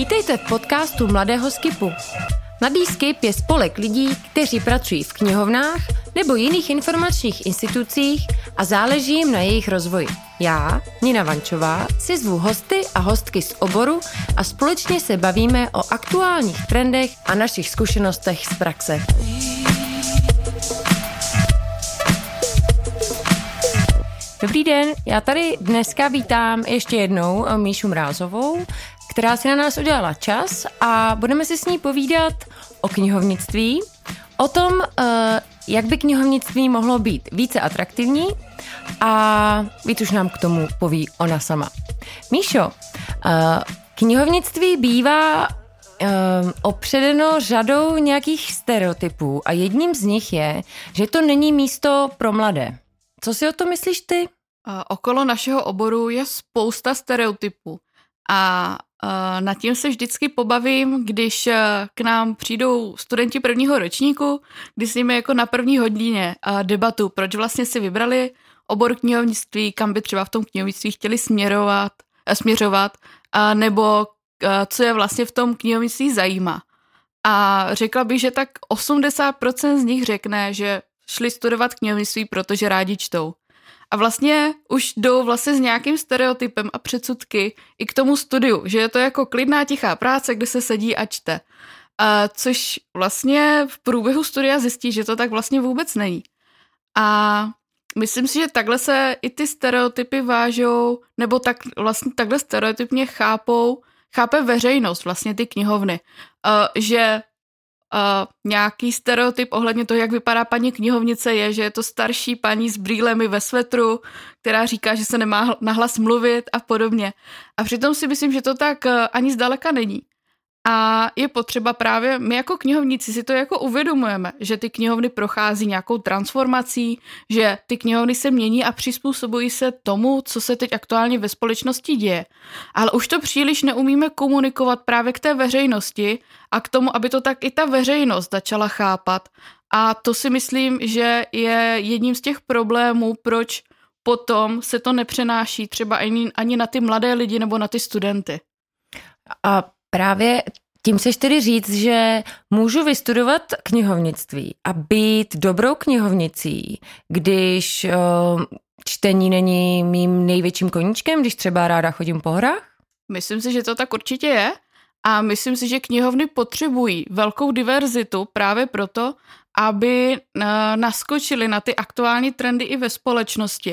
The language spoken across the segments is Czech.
Vítejte v podcastu Mladého Skipu. Mladý Skip je spolek lidí, kteří pracují v knihovnách nebo jiných informačních institucích a záleží jim na jejich rozvoji. Já, Nina Vančová, si zvu hosty a hostky z oboru a společně se bavíme o aktuálních trendech a našich zkušenostech z praxe. Dobrý den, já tady dneska vítám ještě jednou Míšu Mrázovou, která si na nás udělala čas a budeme si s ní povídat o knihovnictví, o tom, jak by knihovnictví mohlo být více atraktivní a víc už nám k tomu poví ona sama. Míšo, knihovnictví bývá opředeno řadou nějakých stereotypů a jedním z nich je, že to není místo pro mladé. Co si o to myslíš ty? Okolo našeho oboru je spousta stereotypů a nad tím se vždycky pobavím, když k nám přijdou studenti prvního ročníku, kdy s nimi jako na první hodině debatu, proč vlastně si vybrali obor knihovnictví, kam by třeba v tom knihovnictví chtěli směřovat, nebo co je vlastně v tom knihovnictví zajímá. A řekla bych, že tak 80% z nich řekne, že šli studovat knihovnictví, protože rádi čtou. A vlastně už jdou vlastně s nějakým stereotypem a předsudky i k tomu studiu, že je to jako klidná, tichá práce, kde se sedí a čte. Což vlastně v průběhu studia zjistí, že to tak vlastně vůbec není. A myslím si, že takhle se i ty stereotypy vážou, nebo tak vlastně takhle stereotypně chápe veřejnost vlastně ty knihovny. Že nějaký stereotyp ohledně toho, jak vypadá paní knihovnice, je, že je to starší paní s brýlemi ve svetru, která říká, že se nemá nahlas mluvit a podobně. A přitom si myslím, že to tak ani zdaleka není. A je potřeba právě, my jako knihovníci si to jako uvědomujeme, že ty knihovny prochází nějakou transformací, že ty knihovny se mění a přizpůsobují se tomu, co se teď aktuálně ve společnosti děje. Ale už to příliš neumíme komunikovat právě k té veřejnosti a k tomu, aby to tak i ta veřejnost začala chápat. A to si myslím, že je jedním z těch problémů, proč potom se to nepřenáší třeba ani na ty mladé lidi nebo na ty studenty. A právě tím chceš tedy říct, že můžu vystudovat knihovnictví a být dobrou knihovnicí, když čtení není mým největším koníčkem, když třeba ráda chodím po horách? Myslím si, že to tak určitě je a myslím si, že knihovny potřebují velkou diverzitu právě proto, aby naskočily na ty aktuální trendy i ve společnosti.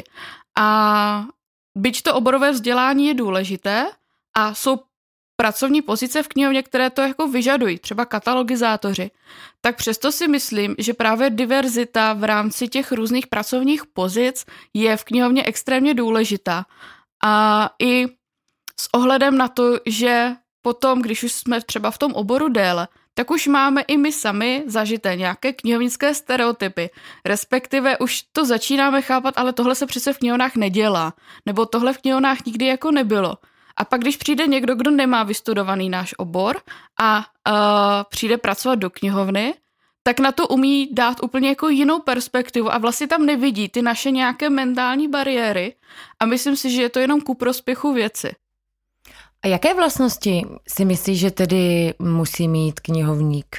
A byť to oborové vzdělání je důležité a jsou pracovní pozice v knihovně, které to jako vyžadují, třeba katalogizátoři, tak přesto si myslím, že právě diverzita v rámci těch různých pracovních pozic je v knihovně extrémně důležitá. A i s ohledem na to, že potom, když už jsme třeba v tom oboru déle, tak už máme i my sami zažité nějaké knihovnické stereotypy, respektive už to začínáme chápat, ale tohle se přece v knihovnách nedělá, nebo tohle v knihovnách nikdy jako nebylo. A pak, když přijde někdo, kdo nemá vystudovaný náš obor a přijde pracovat do knihovny, tak na to umí dát úplně jako jinou perspektivu a vlastně tam nevidí ty naše nějaké mentální bariéry a myslím si, že je to jenom ku prospěchu věci. A jaké vlastnosti si myslíš, že tedy musí mít knihovník?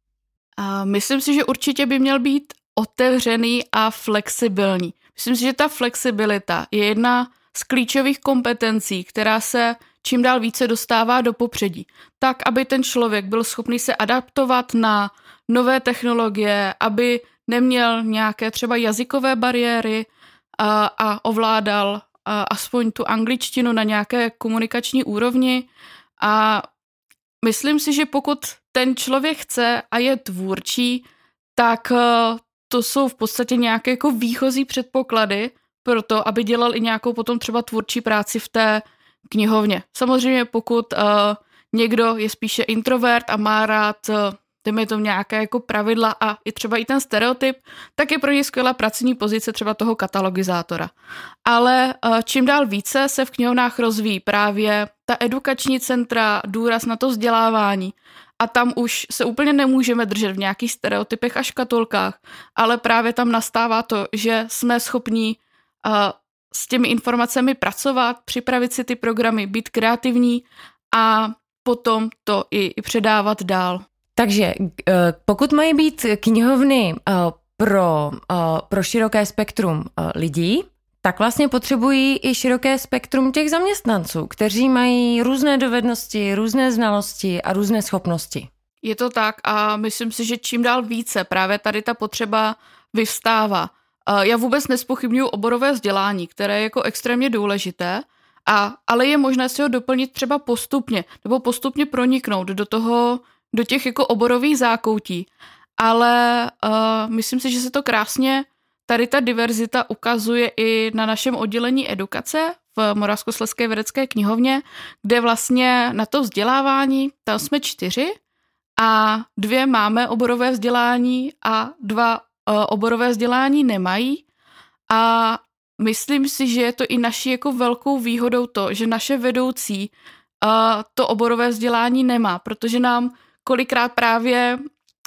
Myslím si, že určitě by měl být otevřený a flexibilní. Myslím si, že ta flexibilita je jedna z klíčových kompetencí, která se čím dál více dostává do popředí. Tak, aby ten člověk byl schopný se adaptovat na nové technologie, aby neměl nějaké třeba jazykové bariéry a ovládal aspoň tu angličtinu na nějaké komunikační úrovni. A myslím si, že pokud ten člověk chce a je tvůrčí, tak to jsou v podstatě nějaké jako výchozí předpoklady pro to, aby dělal i nějakou potom třeba tvůrčí práci v té knihovně. Samozřejmě pokud někdo je spíše introvert a má rád dejme tomu nějaké jako pravidla a i třeba i ten stereotyp, tak je pro něj skvělá pracovní pozice třeba toho katalogizátora. Ale čím dál více se v knihovnách rozvíjí právě ta edukační centra, důraz na to vzdělávání a tam už se úplně nemůžeme držet v nějakých stereotypech a škatulkách, ale právě tam nastává to, že jsme schopní s těmi informacemi pracovat, připravit si ty programy, být kreativní a potom to i předávat dál. Takže pokud mají být knihovny pro široké spektrum lidí, tak vlastně potřebují i široké spektrum těch zaměstnanců, kteří mají různé dovednosti, různé znalosti a různé schopnosti. Je to tak a myslím si, že čím dál více právě tady ta potřeba vyvstává. Já vůbec nezpochybňuji oborové vzdělání, které je jako extrémně důležité, ale je možné si ho doplnit třeba postupně, nebo postupně proniknout do těch jako oborových zákoutí. Ale myslím si, že se to krásně, tady ta diverzita ukazuje i na našem oddělení edukace v Moravskoslezské vědecké knihovně, kde vlastně na to vzdělávání, tam jsme 4 a 2 máme oborové vzdělání a 2 oborové vzdělání nemají. A myslím si, že je to i naší jako velkou výhodou to, že naše vedoucí to oborové vzdělání nemá, protože nám kolikrát právě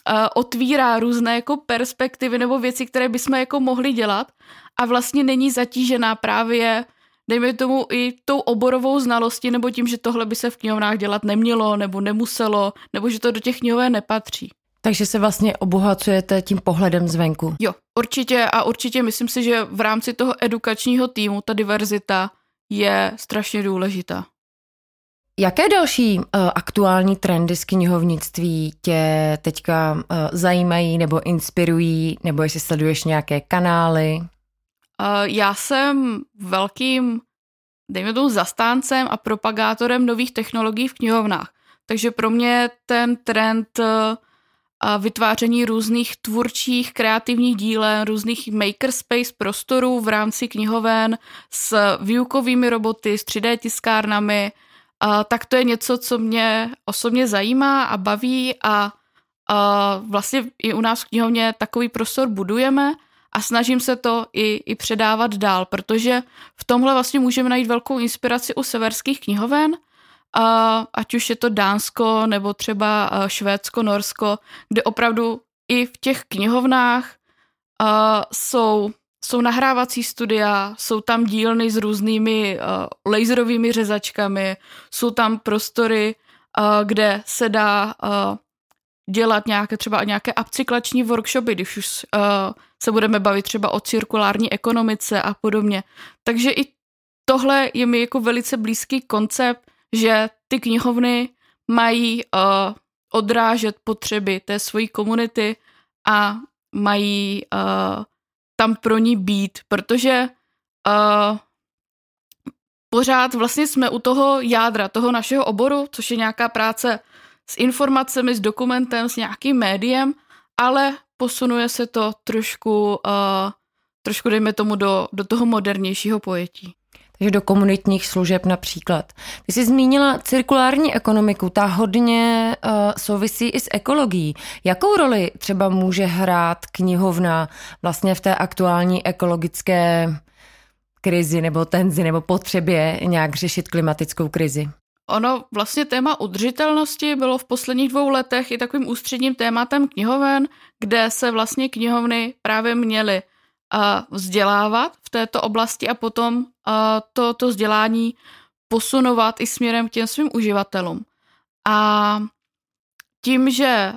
otvírá různé jako perspektivy nebo věci, které bychom jako mohli dělat a vlastně není zatížená právě, dejme tomu, i tou oborovou znalostí nebo tím, že tohle by se v knihovnách dělat nemělo nebo nemuselo, nebo že to do těch knihoven nepatří. Takže se vlastně obohacujete tím pohledem zvenku. Jo, určitě a určitě myslím si, že v rámci toho edukačního týmu ta diverzita je strašně důležitá. Jaké další aktuální trendy z knihovnictví tě teďka zajímají nebo inspirují, nebo jestli sleduješ nějaké kanály? Já jsem velkým, dejme tomu, zastáncem a propagátorem nových technologií v knihovnách. Takže pro mě ten trend vytváření různých tvůrčích, kreativních dílen, různých makerspace prostorů v rámci knihoven s výukovými roboty, s 3D tiskárnami, tak to je něco, co mě osobně zajímá a baví a vlastně i u nás v knihovně takový prostor budujeme a snažím se to i předávat dál, protože v tomhle vlastně můžeme najít velkou inspiraci u severských knihoven, ať už je to Dánsko nebo třeba Švédsko, Norsko, kde opravdu i v těch knihovnách jsou nahrávací studia, jsou tam dílny s různými laserovými řezačkami, jsou tam prostory, kde se dá dělat nějaké upcyklační workshopy, když už se budeme bavit třeba o cirkulární ekonomice a podobně. Takže i tohle je mi jako velice blízký koncept, že ty knihovny mají odrážet potřeby té své komunity a mají tam pro ní být, protože pořád vlastně jsme u toho jádra, toho našeho oboru, což je nějaká práce s informacemi, s dokumentem, s nějakým médiem, ale posunuje se to trošku dejme tomu, do toho modernějšího pojetí. Takže do komunitních služeb například. Ty jsi zmínila cirkulární ekonomiku, ta hodně souvisí i s ekologií. Jakou roli třeba může hrát knihovna vlastně v té aktuální ekologické krizi nebo tenzi nebo potřebě nějak řešit klimatickou krizi? Ono vlastně téma udržitelnosti bylo v posledních 2 letech i takovým ústředním tématem knihoven, kde se vlastně knihovny právě měly vzdělávat v této oblasti a potom to vzdělání posunovat i směrem k těm svým uživatelům. A tím, že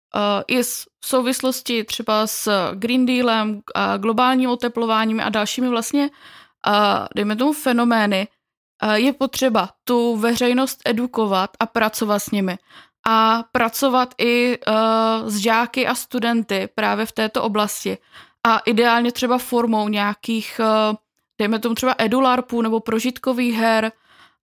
i v souvislosti třeba s Green Dealem, globálním oteplováním a dalšími vlastně, dejme tomu, fenomény, je potřeba tu veřejnost edukovat a pracovat s nimi. A pracovat i s žáky a studenty právě v této oblasti. A ideálně třeba formou nějakých, dejme tomu třeba edularpů nebo prožitkových her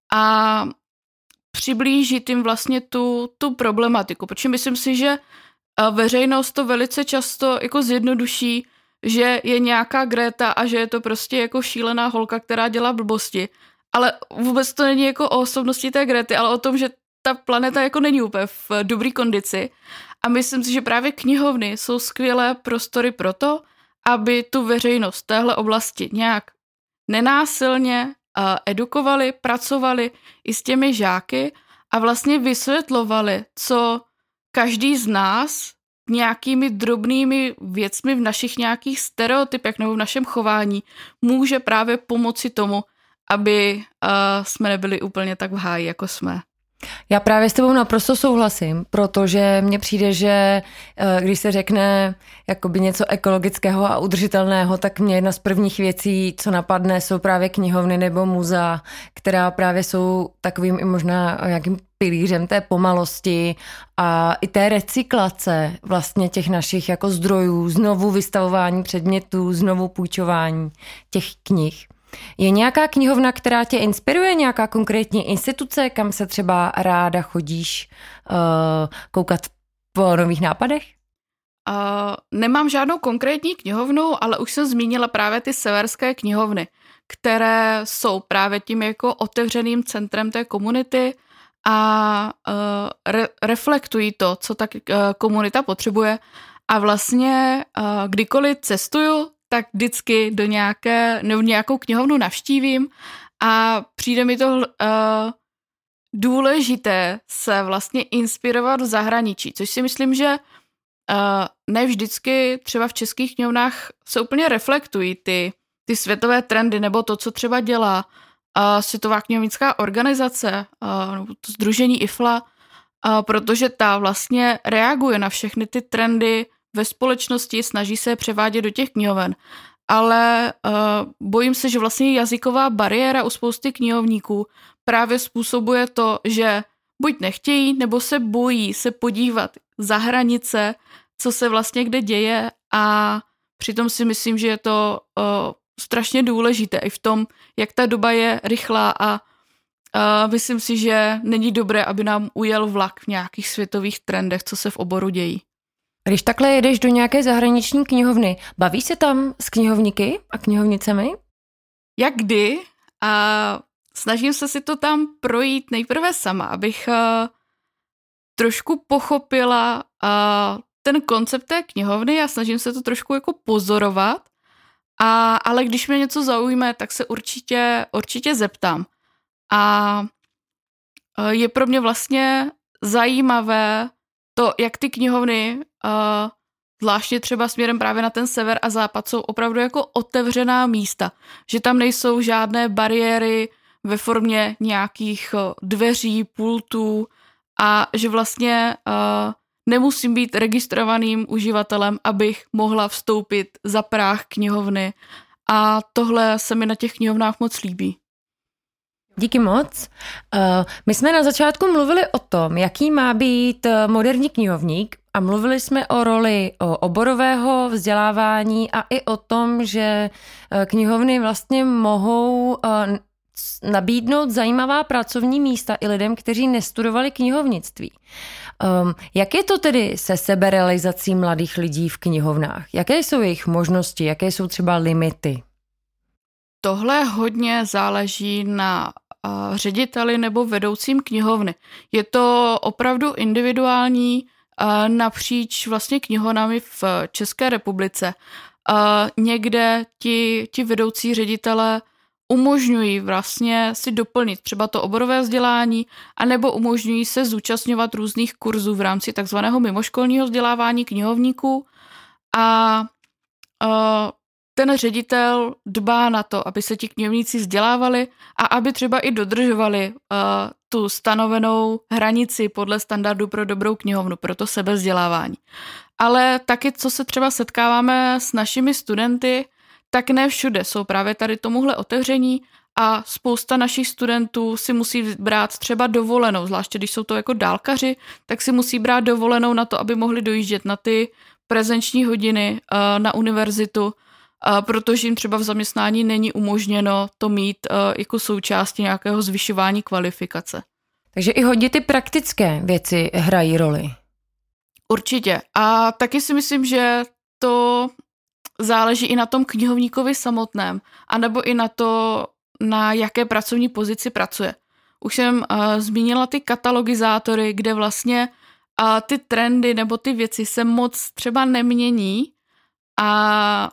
a přiblížit jim vlastně tu problematiku. Protože myslím si, že veřejnost to velice často jako zjednoduší, že je nějaká Greta a že je to prostě jako šílená holka, která dělá blbosti. Ale vůbec to není jako o osobnosti té Grety, ale o tom, že ta planeta jako není úplně v dobré kondici. A myslím si, že právě knihovny jsou skvělé prostory pro to, aby tu veřejnost v téhle oblasti nějak nenásilně edukovali, pracovali i s těmi žáky a vlastně vysvětlovali, co každý z nás nějakými drobnými věcmi v našich nějakých stereotypech nebo v našem chování může právě pomoci tomu, aby jsme nebyli úplně tak v háji, jako jsme. Já právě s tebou naprosto souhlasím, protože mně přijde, že když se řekne jakoby něco ekologického a udržitelného, tak mě jedna z prvních věcí, co napadne, jsou právě knihovny nebo muzea, která právě jsou takovým i možná nějakým pilířem té pomalosti a i té recyklace vlastně těch našich jako zdrojů, znovu vystavování předmětů, znovu půjčování těch knih. Je nějaká knihovna, která tě inspiruje, nějaká konkrétní instituce, kam se třeba ráda chodíš koukat po nových nápadech? Nemám žádnou konkrétní knihovnu, ale už jsem zmínila právě ty severské knihovny, které jsou právě tím jako otevřeným centrem té komunity a reflektují to, co ta komunita potřebuje. A vlastně kdykoliv cestuju, tak vždycky do nějakou knihovnu navštívím a přijde mi to důležité se vlastně inspirovat v zahraničí, což si myslím, že ne vždycky třeba v českých knihovnách se úplně reflektují ty světové trendy nebo to, co třeba dělá Světová knihovnická organizace nebo to sdružení IFLA, protože ta vlastně reaguje na všechny ty trendy ve společnosti, snaží se je převádět do těch knihoven. Ale bojím se, že vlastně jazyková bariéra u spousty knihovníků právě způsobuje to, že buď nechtějí, nebo se bojí se podívat za hranice, co se vlastně kde děje a přitom si myslím, že je to strašně důležité i v tom, jak ta doba je rychlá a myslím si, že není dobré, aby nám ujel vlak v nějakých světových trendech, co se v oboru dějí. Když takhle jedeš do nějaké zahraniční knihovny, bavíš se tam s knihovníky a knihovnicemi? Jak kdy? A snažím se si to tam projít nejprve sama, abych trošku pochopila ten koncept té knihovny a snažím se to trošku jako pozorovat. Ale když mě něco zaujme, tak se určitě zeptám. A je pro mě vlastně zajímavé to, jak ty knihovny, zvláště třeba směrem právě na ten sever a západ, jsou opravdu jako otevřená místa. Že tam nejsou žádné bariéry ve formě nějakých dveří, pultů a že vlastně nemusím být registrovaným uživatelem, abych mohla vstoupit za práh knihovny. A tohle se mi na těch knihovnách moc líbí. Díky moc. My jsme na začátku mluvili o tom, jaký má být moderní knihovník a mluvili jsme o roli oborového vzdělávání a i o tom, že knihovny vlastně mohou nabídnout zajímavá pracovní místa i lidem, kteří nestudovali knihovnictví. Jak je to tedy se seberealizací mladých lidí v knihovnách? Jaké jsou jejich možnosti? Jaké jsou třeba limity? Tohle hodně záleží na řediteli nebo vedoucím knihovny. Je to opravdu individuální napříč vlastně knihovnami v České republice. Někde ti vedoucí ředitele umožňují vlastně si doplnit třeba to oborové vzdělání, anebo umožňují se zúčastňovat různých kurzů v rámci takzvaného mimoškolního vzdělávání knihovníků a ten ředitel dbá na to, aby se ti knihovníci vzdělávali a aby třeba i dodržovali tu stanovenou hranici podle standardu pro dobrou knihovnu, pro to sebevzdělávání. Ale taky, co se třeba setkáváme s našimi studenty, tak ne všude jsou právě tady tomuhle otevření a spousta našich studentů si musí brát třeba dovolenou, zvláště když jsou to jako dálkaři, tak si musí brát dovolenou na to, aby mohli dojíždět na ty prezenční hodiny na univerzitu, protože jim třeba v zaměstnání není umožněno to mít jako součástí nějakého zvyšování kvalifikace. Takže i hodně ty praktické věci hrají roli. Určitě. A taky si myslím, že to záleží i na tom knihovníkovi samotném, anebo i na to, na jaké pracovní pozici pracuje. Už jsem zmínila ty katalogizátory, kde vlastně ty trendy nebo ty věci se moc třeba nemění a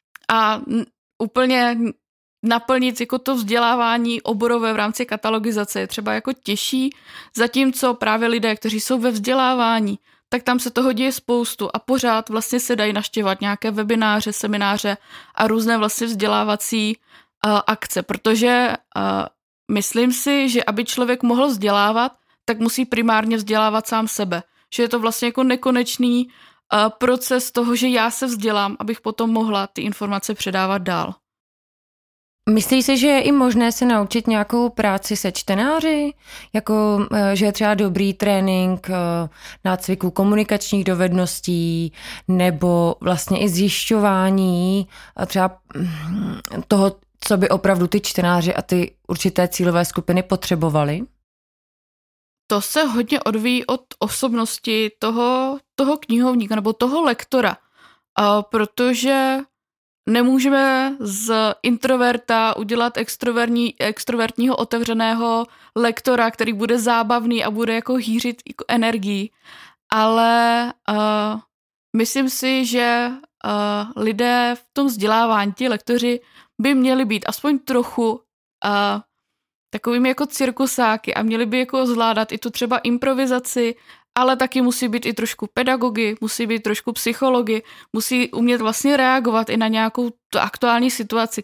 úplně naplnit jako to vzdělávání oborové v rámci katalogizace je třeba jako těžší, zatímco právě lidé, kteří jsou ve vzdělávání, tak tam se toho děje spoustu a pořád vlastně se dají navštěvovat nějaké webináře, semináře a různé vlastně vzdělávací akce, protože myslím si, že aby člověk mohl vzdělávat, tak musí primárně vzdělávat sám sebe. Že je to vlastně jako nekonečný proces toho, že já se vzdělám, abych potom mohla ty informace předávat dál. Myslíš si, že je i možné se naučit nějakou práci se čtenáři? Jako, že je třeba dobrý trénink nácviku komunikačních dovedností nebo vlastně i zjišťování třeba toho, co by opravdu ty čtenáři a ty určité cílové skupiny potřebovali? To se hodně odvíjí od osobnosti toho knihovníka nebo toho lektora, protože nemůžeme z introverta udělat extrovertního otevřeného lektora, který bude zábavný a bude jako hýřit jako energii, ale myslím si, že lidé v tom vzdělávání, ti lektoři, by měli být aspoň trochu takovými jako cirkusáky a měli by jako zvládat i tu třeba improvizaci, ale taky musí být i trošku pedagogy, musí být trošku psychologi, musí umět vlastně reagovat i na nějakou aktuální situaci,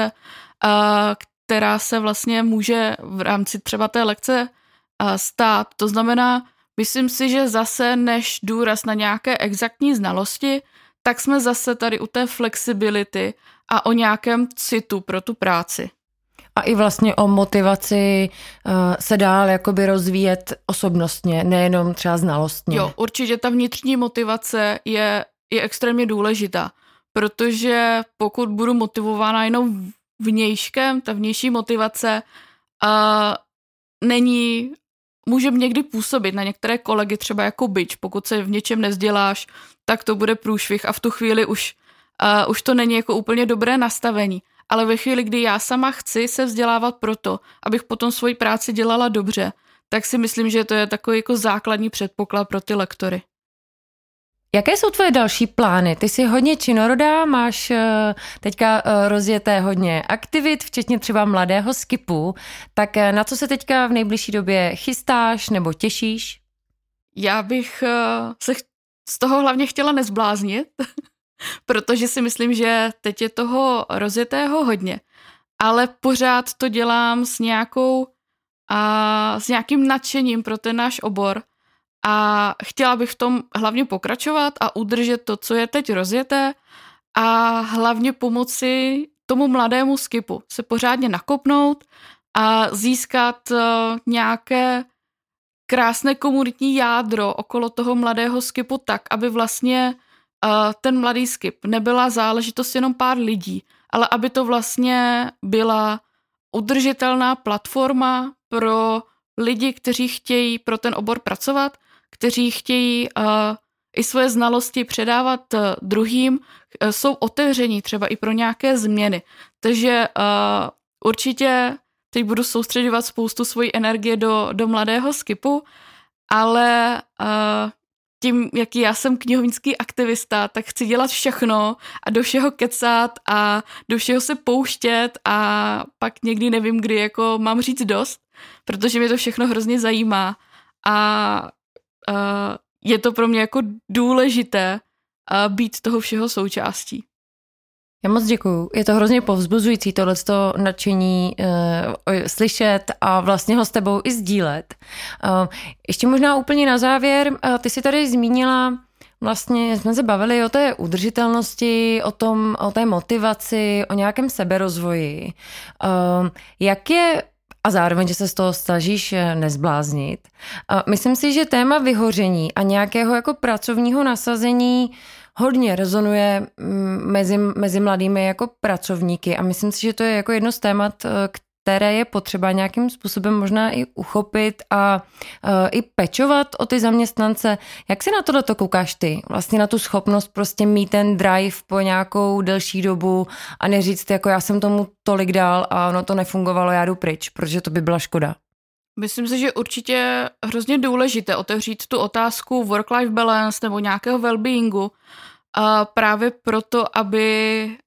která se vlastně může v rámci třeba té lekce stát. To znamená, myslím si, že zase než důraz na nějaké exaktní znalosti, tak jsme zase tady u té flexibility a o nějakém citu pro tu práci. A i vlastně o motivaci se dál jakoby rozvíjet osobnostně, nejenom třeba znalostně. Jo, určitě ta vnitřní motivace je extrémně důležitá, protože pokud budu motivována jenom vnějškem, ta vnější motivace může někdy působit na některé kolegy třeba jako bič. Pokud se v něčem nevzděláš, tak to bude průšvih a v tu chvíli už to není jako úplně dobré nastavení. Ale ve chvíli, kdy já sama chci se vzdělávat proto, abych potom svoji práci dělala dobře, tak si myslím, že to je takový jako základní předpoklad pro ty lektory. Jaké jsou tvoje další plány? Ty jsi hodně činorodá, máš teďka rozjeté hodně aktivit, včetně třeba mladého skipu. Tak na co se teďka v nejbližší době chystáš nebo těšíš? Já bych se z toho hlavně chtěla nezbláznit, protože si myslím, že teď je toho rozjetého hodně, ale pořád to dělám s nějakým nadšením pro ten náš obor a chtěla bych v tom hlavně pokračovat a udržet to, co je teď rozjeté a hlavně pomoci tomu mladému skipu se pořádně nakopnout a získat nějaké krásné komunitní jádro okolo toho mladého skipu tak, aby vlastně ten mladý skip nebyla záležitost jenom pár lidí, ale aby to vlastně byla udržitelná platforma pro lidi, kteří chtějí pro ten obor pracovat, kteří chtějí i svoje znalosti předávat druhým, jsou otevření třeba i pro nějaké změny. Takže určitě teď budu soustředovat spoustu svojí energie do mladého skipu, ale tím, jaký já jsem knihovnický aktivista, tak chci dělat všechno a do všeho kecat a do všeho se pouštět a pak někdy nevím, kdy jako mám říct dost, protože mě to všechno hrozně zajímá a je to pro mě jako důležité být toho všeho součástí. Já moc děkuju. Je to hrozně povzbuzující tohleto nadšení slyšet a vlastně ho s tebou i sdílet. Ještě možná úplně na závěr, ty jsi tady zmínila, vlastně jsme se bavili o té udržitelnosti, o té motivaci, o nějakém seberozvoji. Jak je, a zároveň, že se z toho snažíš nezbláznit, myslím si, že téma vyhoření a nějakého jako pracovního nasazení hodně rezonuje mezi mladými jako pracovníky a myslím si, že to je jako jedno z témat, které je potřeba nějakým způsobem možná i uchopit a i pečovat o ty zaměstnance. Jak si na tohleto koukáš ty? Vlastně na tu schopnost prostě mít ten drive po nějakou delší dobu a neříct jako já jsem tomu tolik dal a ono to nefungovalo, já jdu pryč, protože to by byla škoda. Myslím si, že určitě hrozně důležité otevřít tu otázku work-life balance nebo nějakého well-beingu právě proto, aby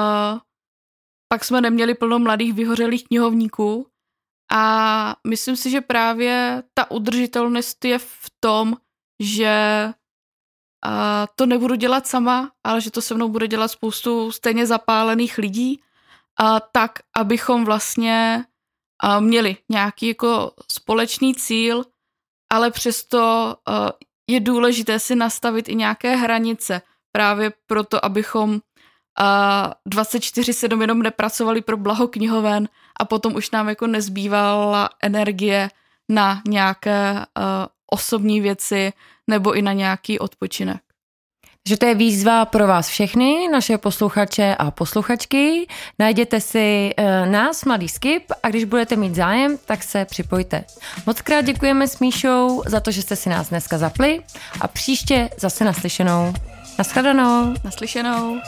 pak jsme neměli plno mladých vyhořelých knihovníků a myslím si, že právě ta udržitelnost je v tom, že to nebudu dělat sama, ale že to se mnou bude dělat spoustu stejně zapálených lidí, tak, abychom vlastně měli nějaký jako společný cíl ale přesto je důležité si nastavit i nějaké hranice, právě proto, abychom 24/7 jenom nepracovali pro blaho knihoven a potom už nám jako nezbývala energie na nějaké osobní věci nebo i na nějaký odpočinek. Že to je výzva pro vás všechny, naše posluchače a posluchačky. Najděte si nás, Mladý Skip, a když budete mít zájem, tak se připojte. Moc krát děkujeme s Míšou za to, že jste si nás dneska zapli a příště zase naslyšenou. Naschledanou. Naslyšenou.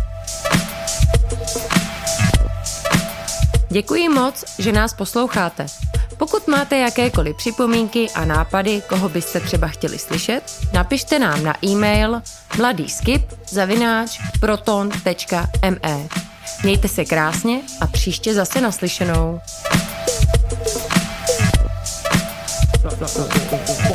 Děkuji moc, že nás posloucháte. Pokud máte jakékoliv připomínky a nápady, koho byste třeba chtěli slyšet, napište nám na e-mail mladýskip@proton.me. Mějte se krásně a příště zase naslyšenou.